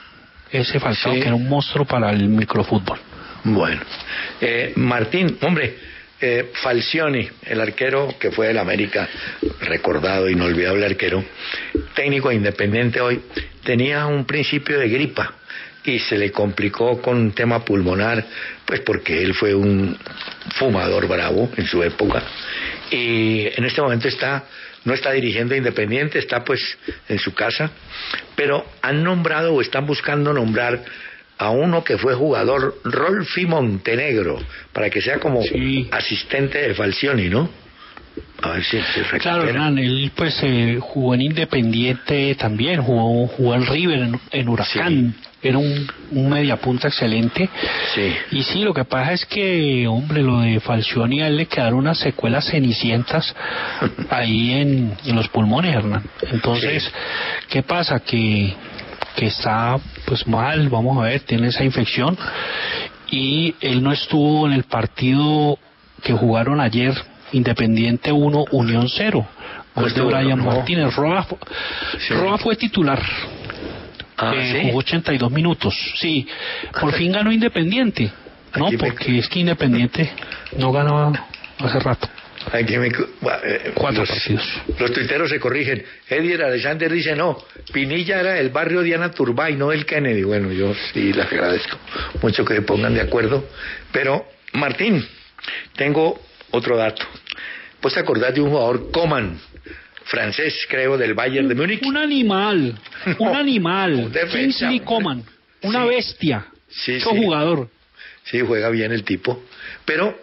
ese Falcao, que era un monstruo para el microfútbol. Bueno, Martín, hombre, Falcioni, el arquero que fue del América, recordado, inolvidable arquero, técnico Independiente hoy, tenía un principio de gripa y se le complicó con un tema pulmonar, pues porque él fue un fumador bravo en su época, y en este momento no está dirigiendo Independiente, está pues en su casa, pero han nombrado o están buscando nombrar a uno que fue jugador, Rolfi Montenegro, para que sea como asistente de Falcioni, ¿no? A ver si se recupera. Claro, Hernán, él pues jugó en Independiente también, jugó en River, en Huracán, era un mediapunta excelente. Y sí, lo que pasa es que, hombre, lo de Falcioni, a él le quedaron unas secuelas cenicientas ahí en los pulmones, Hernán. Entonces, ¿qué pasa? Que está pues mal, vamos a ver, tiene esa infección, y él no estuvo en el partido que jugaron ayer, Independiente 1, Unión 0, gol de Brian Martínez. Roa fue titular, jugó 82 minutos, por fin ganó Independiente, ¿no? Porque es que Independiente no ganaba hace rato. Aquí 4 partidos. Los tuiteros se corrigen. Edier Alexander dice no, Pinilla era del barrio Diana Turbay, no del Kennedy. Bueno, yo sí les agradezco mucho que se pongan de acuerdo. Pero, Martín, tengo otro dato. ¿Vos te acordás de un jugador Coman, francés, creo, del Bayern de Múnich? Un animal. Kingsley Coman, una bestia. Jugador. Sí, juega bien el tipo. Pero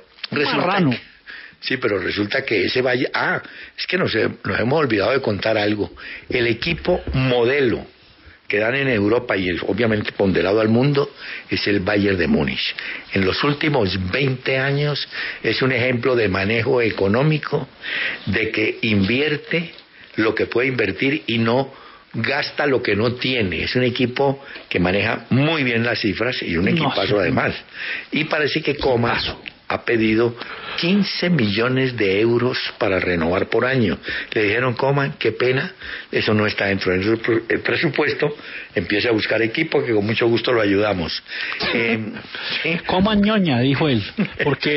resulta que ese Bayern... es que nos hemos olvidado de contar algo. El equipo modelo que dan en Europa y obviamente ponderado al mundo es el Bayern de Múnich. En los últimos 20 años es un ejemplo de manejo económico, de que invierte lo que puede invertir y no gasta lo que no tiene. Es un equipo que maneja muy bien las cifras y un equipazo además. Y parece que Coman ha pedido 15 millones de euros para renovar por año. Le dijeron, Coman, qué pena, eso no está dentro del presupuesto, empiece a buscar equipo que con mucho gusto lo ayudamos. Coman ñoña, dijo él, porque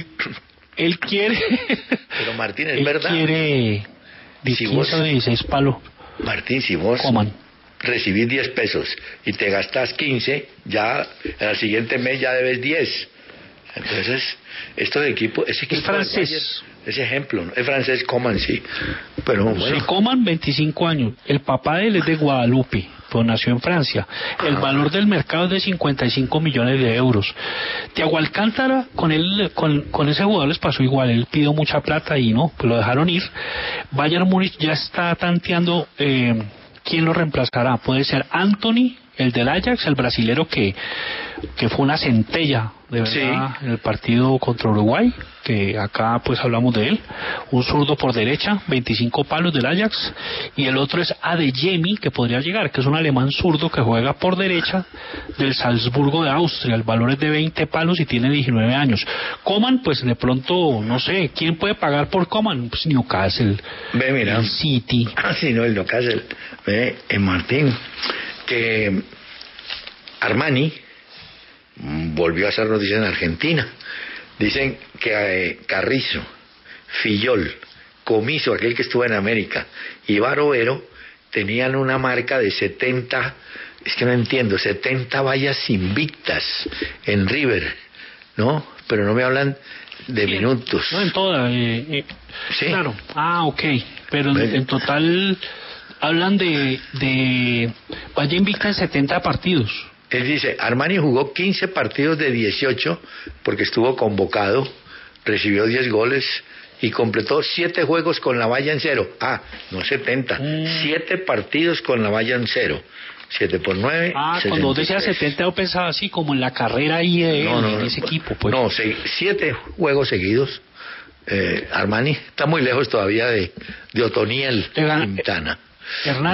él quiere... Pero Martín, es verdad. Él quiere 15 o 16 palos. Martín, si vos recibís 10 pesos y te gastas 15, ya al siguiente mes ya debes 10. Entonces, esto de equipo, ese equipo es francés. Ese ejemplo, ¿no? Es francés, Coman, sí. Pero bueno. Sí, Coman, 25 años. El papá de él es de Guadalupe, pues nació en Francia. El valor del mercado es de 55 millones de euros. Thiago Alcántara, con ese jugador les pasó igual. Él pidió mucha plata y no, pues lo dejaron ir. Bayern Múnich ya está tanteando quién lo reemplazará. Puede ser Anthony, el del Ajax, el brasilero que fue una centella de verdad en el partido contra Uruguay, que acá pues hablamos de él, un zurdo por derecha, 25 palos del Ajax, y el otro es Adeyemi, que podría llegar, que es un alemán zurdo que juega por derecha del Salzburgo de Austria, el valor es de 20 palos y tiene 19 años. Coman, pues de pronto, no sé, ¿quién puede pagar por Coman? Pues Newcastle, el City. No, el Newcastle. Martín, que Armani volvió a hacer noticias en Argentina. Dicen que Carrizo, Fillol, Comiso, aquel que estuvo en América, y Barovero tenían una marca de 70, es que no entiendo, 70 vallas invictas en River, ¿no? Pero no me hablan de minutos. No, en todas. Claro. Ok. Pero en total hablan de valla invicta en 70 partidos. Él dice, Armani jugó 15 partidos de 18 porque estuvo convocado, recibió 10 goles y completó 7 juegos con la valla en cero. No 70, 7 partidos con la valla en cero. 7 por 9. 63. Cuando decía 70 yo pensaba así como en la carrera ahí en ese equipo. Pues. No, 7 juegos seguidos. Armani está muy lejos todavía de Otoniel Quintana. Hernán,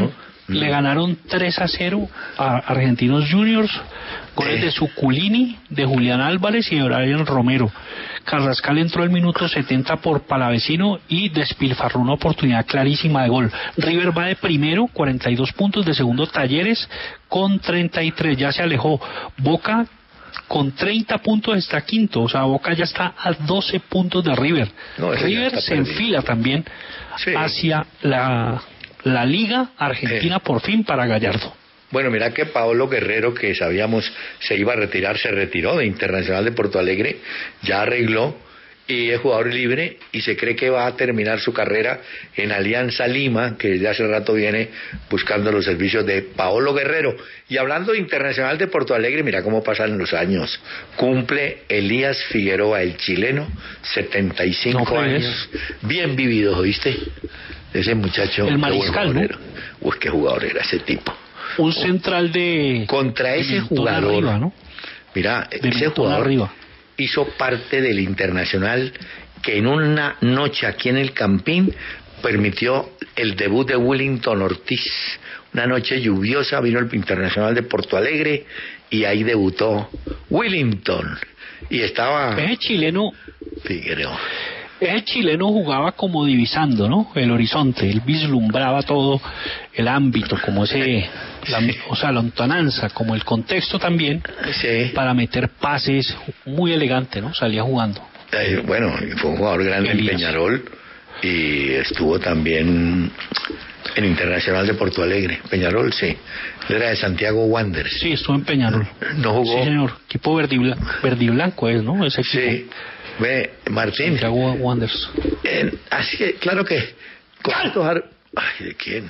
Le ganaron 3-0 a Argentinos Juniors, goles de Suculini, de Julián Álvarez y de Brian Romero. Carrascal entró al minuto 70 por Palavecino y despilfarró una oportunidad clarísima de gol. River va de primero, 42 puntos, de segundo Talleres con 33, ya se alejó. Boca con 30 puntos está quinto, o sea, Boca ya está a 12 puntos de River. River se enfila también hacia la Liga Argentina por fin para Gallardo. Bueno, mira que Paolo Guerrero, que sabíamos se iba a retirar, se retiró de Internacional de Porto Alegre, ya arregló y es jugador libre y se cree que va a terminar su carrera en Alianza Lima, que desde hace rato viene buscando los servicios de Paolo Guerrero. Y hablando de Internacional de Porto Alegre, mira cómo pasan los años. Cumple Elías Figueroa, el chileno, 75 años, bien vividos, ¿oíste? Ese muchacho. El mariscal, ¿no? Uy, qué jugador era ese tipo. Un central de... Contra ese jugador, arriba, ¿no? Mira, ese jugador arriba hizo parte del Internacional que en una noche aquí en el Campín permitió el debut de Willington Ortiz. Una noche lluviosa vino el Internacional de Porto Alegre y ahí debutó Willington. Y estaba... Ese chileno... Figueroa. Ese chileno jugaba como divisando, ¿no? El horizonte, él vislumbraba todo el ámbito, como o sea, la lontananza, como el contexto también, para meter pases, muy elegante, ¿no? Salía jugando. Bueno, fue un jugador grande en Peñarol y estuvo también en Internacional de Porto Alegre. Peñarol, sí. Él era de Santiago Wanderers. Sí, estuvo en Peñarol. No jugó. Sí, señor. Equipo verdiblanco es, ¿no? Ese equipo. Sí. Ve, Martín. Santiago Wanderers. Así que, claro que... Ay, ¿de quién?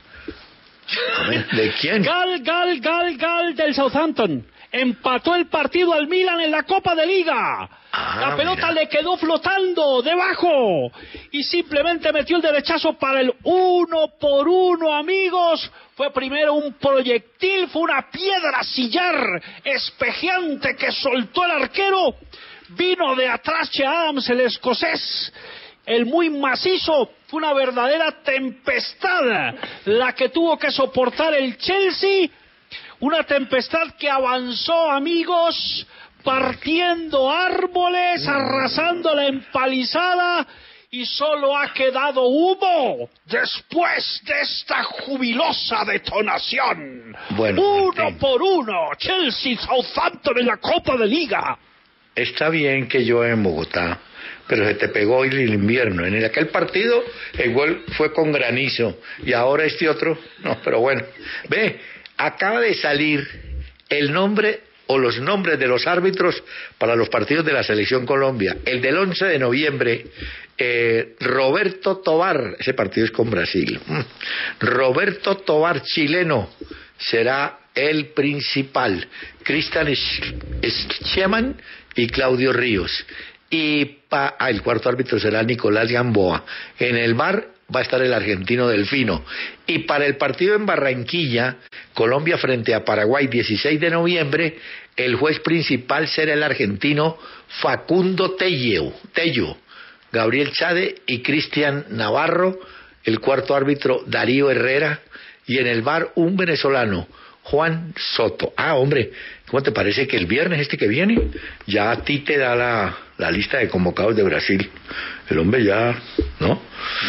¿De quién? Gal del Southampton. Empató el partido al Milan en la Copa de Liga. La pelota le quedó flotando debajo y simplemente metió el derechazo para el 1-1, amigos. Fue primero un proyectil, fue una piedra sillar espejeante que soltó el arquero. Vino de atrás Che Adams, el escocés, el muy macizo. Fue una verdadera tempestad la que tuvo que soportar el Chelsea. Una tempestad que avanzó, amigos, partiendo árboles, arrasando la empalizada, y solo ha quedado humo después de esta jubilosa detonación. Bueno, 1-1, Chelsea-Southampton en la Copa de Liga. Está bien que llueve en Bogotá, pero se te pegó el invierno. En aquel partido el gol fue con granizo y ahora este otro, no, pero bueno. Ve, acaba de salir el nombre o los nombres de los árbitros para los partidos de la Selección Colombia. El del 11 de noviembre, Roberto Tobar, ese partido es con Brasil. Roberto Tobar, chileno, será el principal. Cristian Schemann y Claudio Ríos. Y el cuarto árbitro será Nicolás Gamboa. En el VAR va a estar el argentino Delfino. Y para el partido en Barranquilla, Colombia frente a Paraguay, 16 de noviembre, el juez principal será el argentino Facundo Tello, Gabriel Chade y Cristian Navarro, el cuarto árbitro Darío Herrera, y en el VAR un venezolano, Juan Soto. Hombre, ¿cómo te parece que el viernes que viene ya a ti te da la lista de convocados de Brasil? El hombre ya, ¿no?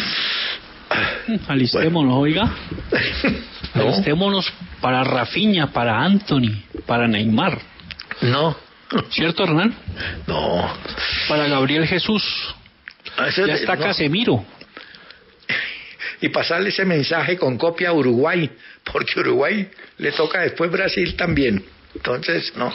Alistémonos, oiga. ¿No? Alistémonos para Rafinha, para Anthony, para Neymar. No. ¿Cierto, Hernán? No. Para Gabriel Jesús. Ya está Casemiro. Y pasarle ese mensaje con copia a Uruguay, porque Uruguay le toca después Brasil también. Entonces, no.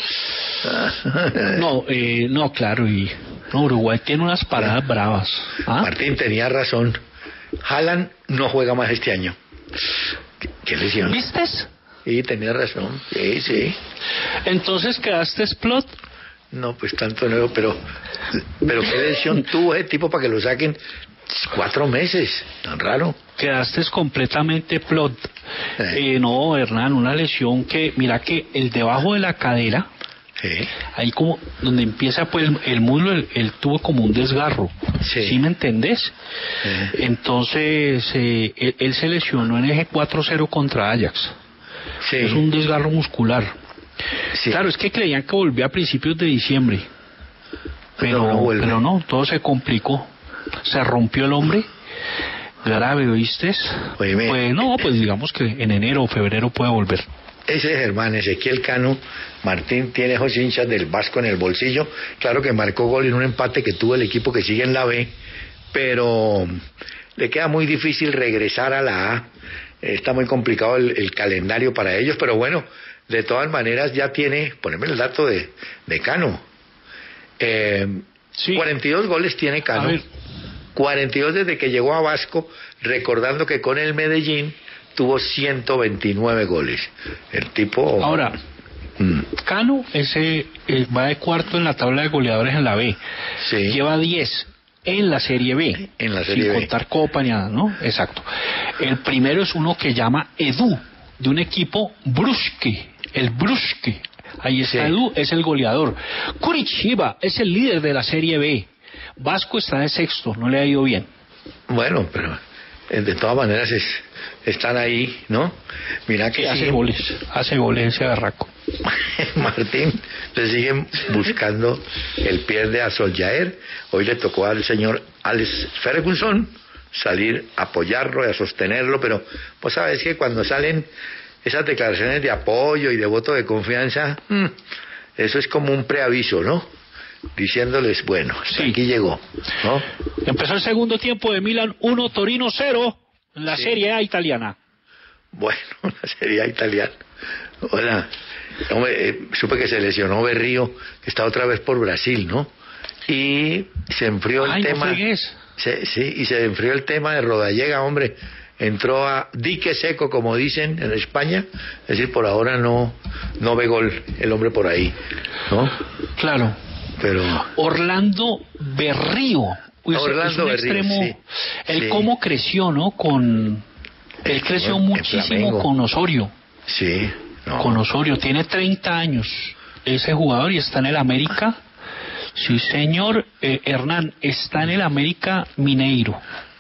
No, claro, y Uruguay tiene unas paradas bravas. Martín tenía razón. Haaland no juega más este año. ¿Qué lesión? ¿Vistes? Sí, tenía razón. Sí. Entonces, ¿quedaste explot? No, pues tanto no, pero qué lesión tuvo ese tipo para que lo saquen 4 meses, tan raro. Quedaste completamente plot. No, Hernán, una lesión que, mira que el debajo de la cadera, ahí como donde empieza pues el muslo, él tuvo como un desgarro, ¿sí me entendés? Entonces él se lesionó en ese 4-0 contra Ajax, es un desgarro muscular. Claro, es que creían que volvía a principios de diciembre, pero no, todo se complicó, se rompió el hombre. Grave, ¿oíste? Pues no, pues digamos que en enero o febrero puede volver. Ese Germán Ezequiel Cano Martín tiene esos hinchas del Vasco en el bolsillo. Claro que marcó gol en un empate que tuvo el equipo que sigue en la B, pero le queda muy difícil regresar a la A. Está muy complicado el calendario para ellos, pero bueno, de todas maneras ya tiene, poneme el dato de Cano. 42 goles tiene Cano. 42 desde que llegó a Vasco, recordando que con el Medellín tuvo 129 goles. El tipo... Ahora, Cano va de cuarto en la tabla de goleadores en la B. Lleva 10 en la Serie B. Sin contar Copa ni nada, ¿no? Exacto. El primero es uno que llama Edu, de un equipo Brusque. El Brusque. Ahí está Edu, es el goleador. Curitiba es el líder de la Serie B. Vasco está de sexto, no le ha ido bien. Bueno, pero de todas maneras están ahí, ¿no? Mira que hace goles ese barraco. Martín, le siguen buscando el pie de Solskjaer. Hoy le tocó al señor Alex Ferguson salir a apoyarlo y a sostenerlo, pero pues sabes que cuando salen esas declaraciones de apoyo y de voto de confianza, eso es como un preaviso, ¿no? Diciéndoles, bueno, aquí llegó, ¿no? Empezó el segundo tiempo de Milan 1, Torino 0, la Serie A italiana. Bueno, la Serie A italiana. Hola, supe que se lesionó Berrío, que está otra vez por Brasil, ¿no? Y se enfrió el tema. Y se enfrió el tema de Rodallega, hombre. Entró a dique seco, como dicen en España, es decir, por ahora no ve gol el hombre por ahí, ¿no? Claro. Pero Orlando Berrío, es un extremo. Él cómo creció, ¿no? Él creció muchísimo con Osorio. Con Osorio, tiene 30 años ese jugador y está en el América. Sí, señor. Hernán, está en el América Mineiro.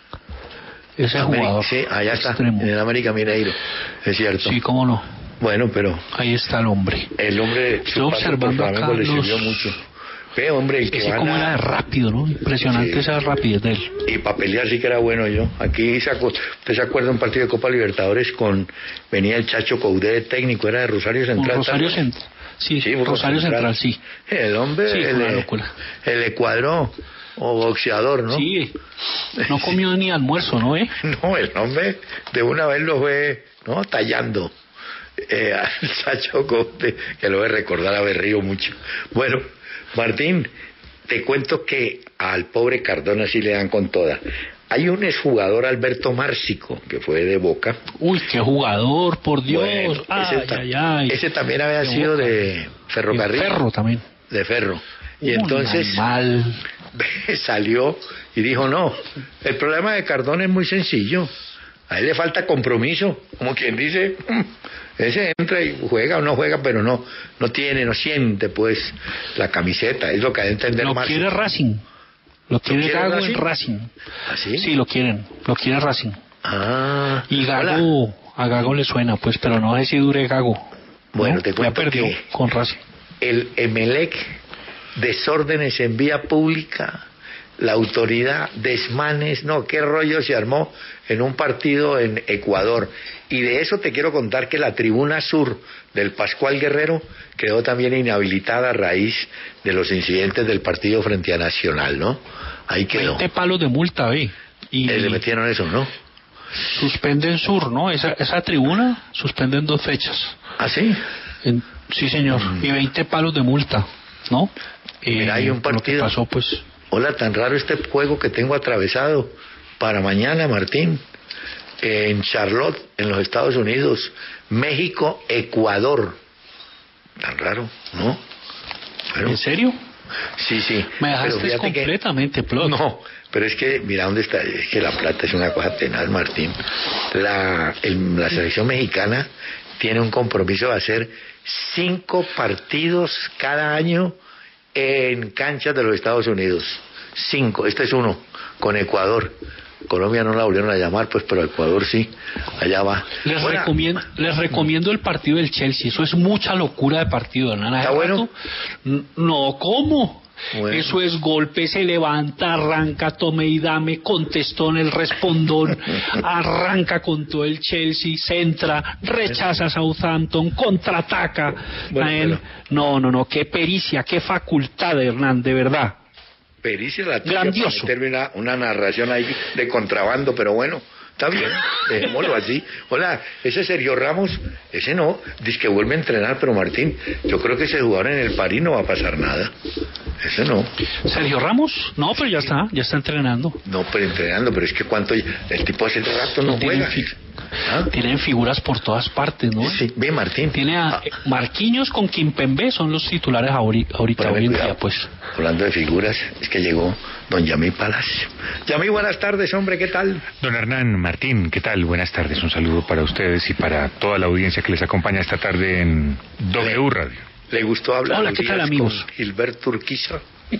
Ese jugador. Sí, allá está, en el América Mineiro, es cierto. Sí, cómo no. Bueno, pero ahí está el hombre. El hombre, estoy observando acá le sirvió mucho. Hombre, el que ese como era rápido, ¿no? Impresionante esa rapidez de él. Y para pelear sí que era bueno yo. Aquí usted se acuerda un partido de Copa Libertadores venía el Chacho Coudé de técnico, era de Rosario Central. Rosario Central, sí. El hombre, el Ecuador o boxeador, ¿no? Sí. No comió ni almuerzo, ¿no? No, el hombre de una vez lo fue, ¿no? Tallando. Al Chacho Coudé, que lo voy a recordar a Berrío mucho. Bueno, Martín, te cuento que al pobre Cardona sí le dan con toda. Hay un exjugador, Alberto Márcico, que fue de Boca. Uy, qué jugador, por Dios. Bueno, ese también había sido Boca. De Ferrocarril. De Ferro también. De Ferro. Y entonces salió y dijo, no, el problema de Cardona es muy sencillo. A él le falta compromiso, como quien dice, ese entra y juega o no juega, pero no siente pues la camiseta, es lo que ha de entender más. Lo quiere Racing, lo quiere Gago en Racing. ¿Ah, sí? Sí, lo quiere Racing. Y Gago, a Gago le suena pues, pero no sé si dure Gago. Bueno, ¿no? te cuento ya perdió con Racing. El Emelec, desórdenes en vía pública, la autoridad, desmanes, no, qué rollo se armó en un partido en Ecuador. Y de eso te quiero contar que la tribuna sur del Pascual Guerrero quedó también inhabilitada a raíz de los incidentes del partido frente a Nacional, ¿no? Ahí quedó. 20 palos de multa, y le metieron eso, ¿no? Suspenden sur, ¿no? Esa tribuna suspenden 2 fechas. ¿Ah, sí? Sí, señor. Y 20 palos de multa, ¿no? Mira, hay un partido. Lo que pasó, pues. Hola, tan raro este juego que tengo atravesado para mañana, Martín. En Charlotte, en los Estados Unidos. México, Ecuador. Tan raro, ¿no? Pero, ¿en serio? Sí. Me dejaste completamente, Plot. No, pero es que, mira dónde está. Es que la plata es una cosa tenaz, Martín. La selección mexicana tiene un compromiso de hacer 5 partidos cada año en canchas de los Estados Unidos. 5, este es uno, con Ecuador. Colombia no la volvieron a llamar, pues, pero Ecuador sí, allá va. Les recomiendo el partido del Chelsea, eso es mucha locura de partido, ¿no? ¿Está bueno? No, ¿cómo? Bueno. Eso es golpe, se levanta, arranca, tome y dame, contestó en el respondón, arranca con todo el Chelsea, centra, rechaza a Southampton, contraataca. Bueno, No, qué pericia, qué facultad, Hernán, de verdad. Pericia la tuya grandioso. para meterme una narración ahí de contrabando, pero bueno, está bien, dejémoslo así. Hola, ese Sergio Ramos, ese no, dice que vuelve a entrenar, pero Martín, yo creo que ese jugador en el París no va a pasar nada. Ese no. ¿Sergio Ramos? No, pero ya está entrenando. No, pero entrenando, pero es que cuánto, el tipo hace rato no juega. Tienen figuras por todas partes, ¿no? Sí, ve Martín. Tiene a Marquinhos con Kimpembe, son los titulares ahorita hoy en día, pues. Hablando de figuras, es que llegó don Yamí Palacio. Yamí, buenas tardes, hombre, ¿qué tal? Don Hernán, Martín, ¿qué tal? Buenas tardes, un saludo para ustedes y para toda la audiencia que les acompaña esta tarde en W Radio. ¿Le gustó hablar? Hola, ¿qué tal, amigos? Con Gilberto Urquiza.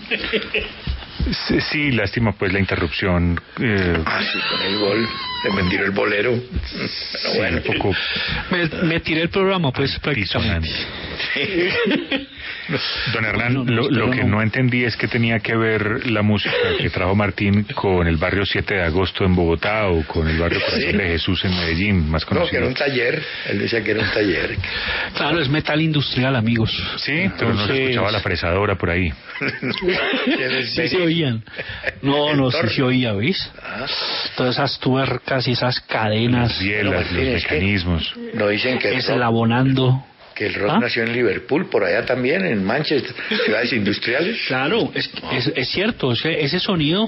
Sí, lástima pues la interrupción. Sí, con el gol, le vendieron el bolero. Pero sí, bueno, un poco. Me tiré el programa, pues, prácticamente. Sí. Don Hernán, lo que no entendí es que tenía que ver la música que trajo Martín con el barrio 7 de agosto en Bogotá o con el barrio Corazón de Jesús en Medellín, más conocido. No, que era un taller, él decía que era un taller. Claro, es metal industrial, amigos. Sí, pero no se escuchaba la fresadora por ahí. Sí se oían. No, sí se oía, ¿ves? Todas esas tuercas y esas cadenas. Las bielas, los mecanismos. No dicen que eslabonando. Que el rock nació en Liverpool, por allá también, en Manchester, ciudades industriales. Claro, es cierto, ese sonido,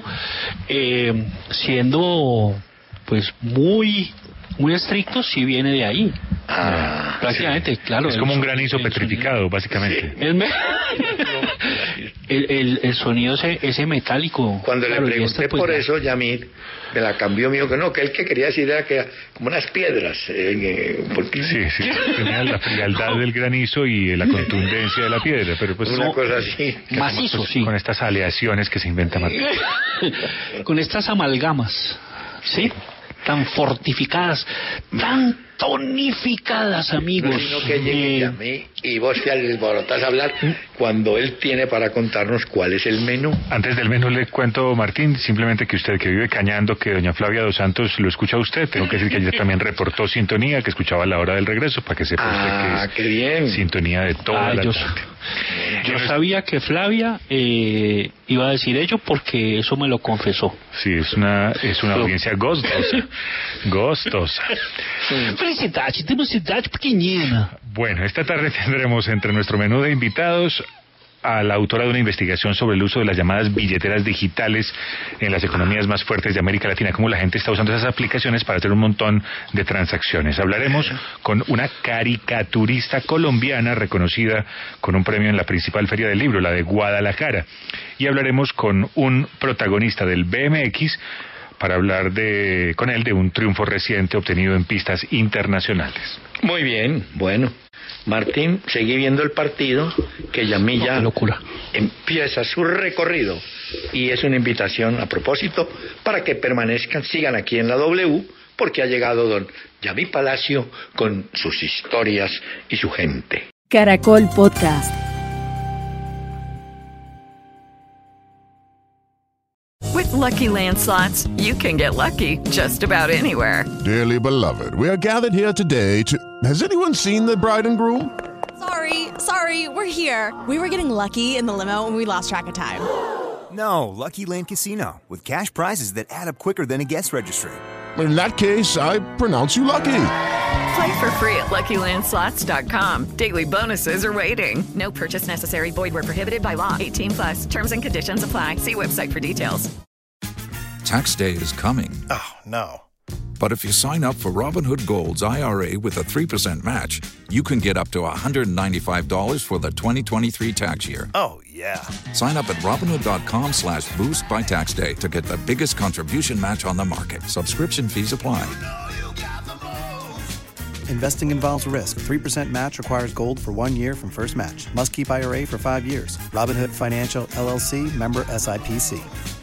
siendo pues muy estricto, sí viene de ahí. Prácticamente, sí. Claro. Es como un granizo petrificado, básicamente. Sí. El sonido ese metálico. Cuando le pregunté por eso, Yamil me la cambió, mío que no, que él que quería decir era que como unas piedras. Porque... Sí, tenía la frialdad del granizo y la contundencia de la piedra, pero pues una cosa así. Macizo, pues, sí. Con estas aleaciones que se inventa Martín. Con estas amalgamas, ¿sí? Tan fortificadas, tan tonificadas, amigos. No, sino que llegue a mí y vos te alborotás a hablar cuando él tiene para contarnos cuál es el menú. Antes del menú le cuento, Martín, simplemente que usted que vive cañando, que doña Flavia dos Santos lo escucha a usted. Tengo que decir que ella también reportó sintonía, que escuchaba a la hora del regreso, para que sepa usted que qué bien. Sintonía de toda la tarde. Yo sabía que Flavia iba a decir ello porque eso me lo confesó. Sí, es una audiencia gostosa. Felicidade, temos cidade pequenina. Bueno, esta tarde tendremos entre nuestro menú de invitados a la autora de una investigación sobre el uso de las llamadas billeteras digitales en las economías más fuertes de América Latina, cómo la gente está usando esas aplicaciones para hacer un montón de transacciones. Hablaremos con una caricaturista colombiana reconocida con un premio en la principal feria del libro, la de Guadalajara. Y hablaremos con un protagonista del BMX para hablar con él de un triunfo reciente obtenido en pistas internacionales. Muy bien, bueno. Martín, seguí viendo el partido, que Yamilla empieza su recorrido. Y es una invitación a propósito para que permanezcan, sigan aquí en la W, porque ha llegado don Yamí Palacio con sus historias y su gente. Caracol Podcast. With Lucky Land Slots, you can get lucky just about anywhere. Dearly beloved, we are gathered here today to... Has anyone seen the bride and groom? Sorry, we're here. We were getting lucky in the limo and we lost track of time. No, Lucky Land Casino, with cash prizes that add up quicker than a guest registry. In that case, I pronounce you lucky. Play for free at LuckyLandSlots.com. Daily bonuses are waiting. No purchase necessary. Void where prohibited by law. 18+. Terms and conditions apply. See website for details. Tax day is coming. Oh, no. But if you sign up for Robinhood Gold's IRA with a 3% match, you can get up to $195 for the 2023 tax year. Oh, yeah. Sign up at Robinhood.com/boost by tax day to get the biggest contribution match on the market. Subscription fees apply. Investing involves risk. 3% match requires gold for 1 year from first match. Must keep IRA for 5 years. Robinhood Financial, LLC, member SIPC.